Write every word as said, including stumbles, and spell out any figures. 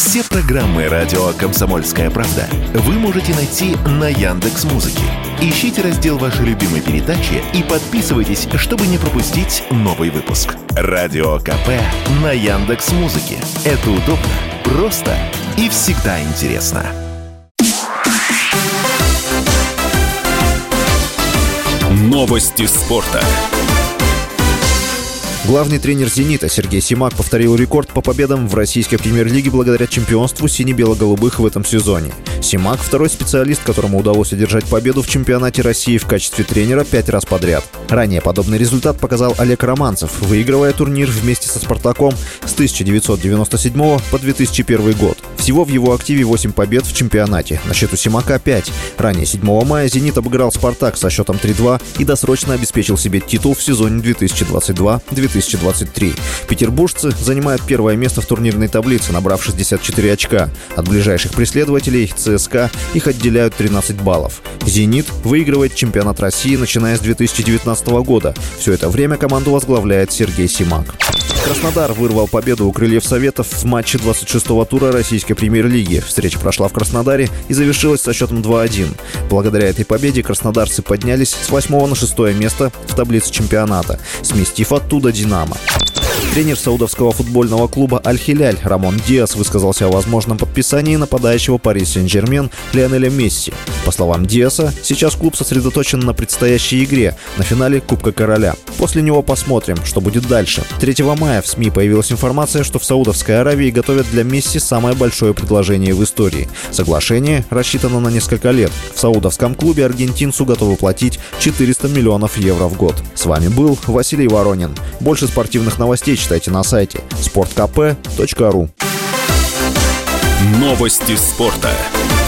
Все программы радио «Комсомольская правда» вы можете найти на Яндекс.Музыке. Ищите раздел вашей любимой передачи и подписывайтесь, чтобы не пропустить новый выпуск. Радио КП на Яндекс.Музыке. Это удобно, просто и всегда интересно. Новости спорта. Главный тренер «Зенита» Сергей Симак повторил рекорд по победам в российской премьер-лиге благодаря чемпионству сине-бело-голубых в этом сезоне. Симак – второй специалист, которому удалось одержать победу в чемпионате России в качестве тренера пять раз подряд. Ранее подобный результат показал Олег Романцев, выигрывая турнир вместе со «Спартаком» с тысяча девятьсот девяносто седьмого по две тысячи первый год. Всего в его активе восемь побед в чемпионате, на счету Симака пять. Ранее седьмого мая «Зенит» обыграл «Спартак» со счетом три-два и досрочно обеспечил себе титул в сезоне две тысячи двадцать два — две тысячи двадцать три. Петербуржцы занимают первое место в турнирной таблице, набрав шестьдесят четыре очка. От ближайших преследователей ЦСКА их отделяют тринадцать баллов. «Зенит» выигрывает чемпионат России, начиная с две тысячи девятнадцатого года. Все это время команду возглавляет Сергей Симак. Краснодар вырвал победу у «Крыльев Советов» в матче двадцать шестого тура российской премьер-лиги. Встреча прошла в Краснодаре и завершилась со счетом два-один. Благодаря этой победе краснодарцы поднялись с восьмого на шестое место в таблице чемпионата, сместив оттуда «Динамо». Тренер саудовского футбольного клуба «Аль-Хиляль» Рамон Диас высказался о возможном подписании нападающего Пари Сен-Жермен Лионеля Месси. По словам Диаса, сейчас клуб сосредоточен на предстоящей игре, на финале Кубка Короля. После него посмотрим, что будет дальше. третьего мая в СМИ появилась информация, что в Саудовской Аравии готовят для Месси самое большое предложение в истории. Соглашение рассчитано на несколько лет. В саудовском клубе аргентинцу готовы платить четыреста миллионов евро в год. С вами был Василий Воронин. Больше спортивных новостей читайте на сайте спорт кэ пэ точка ру. Новости спорта.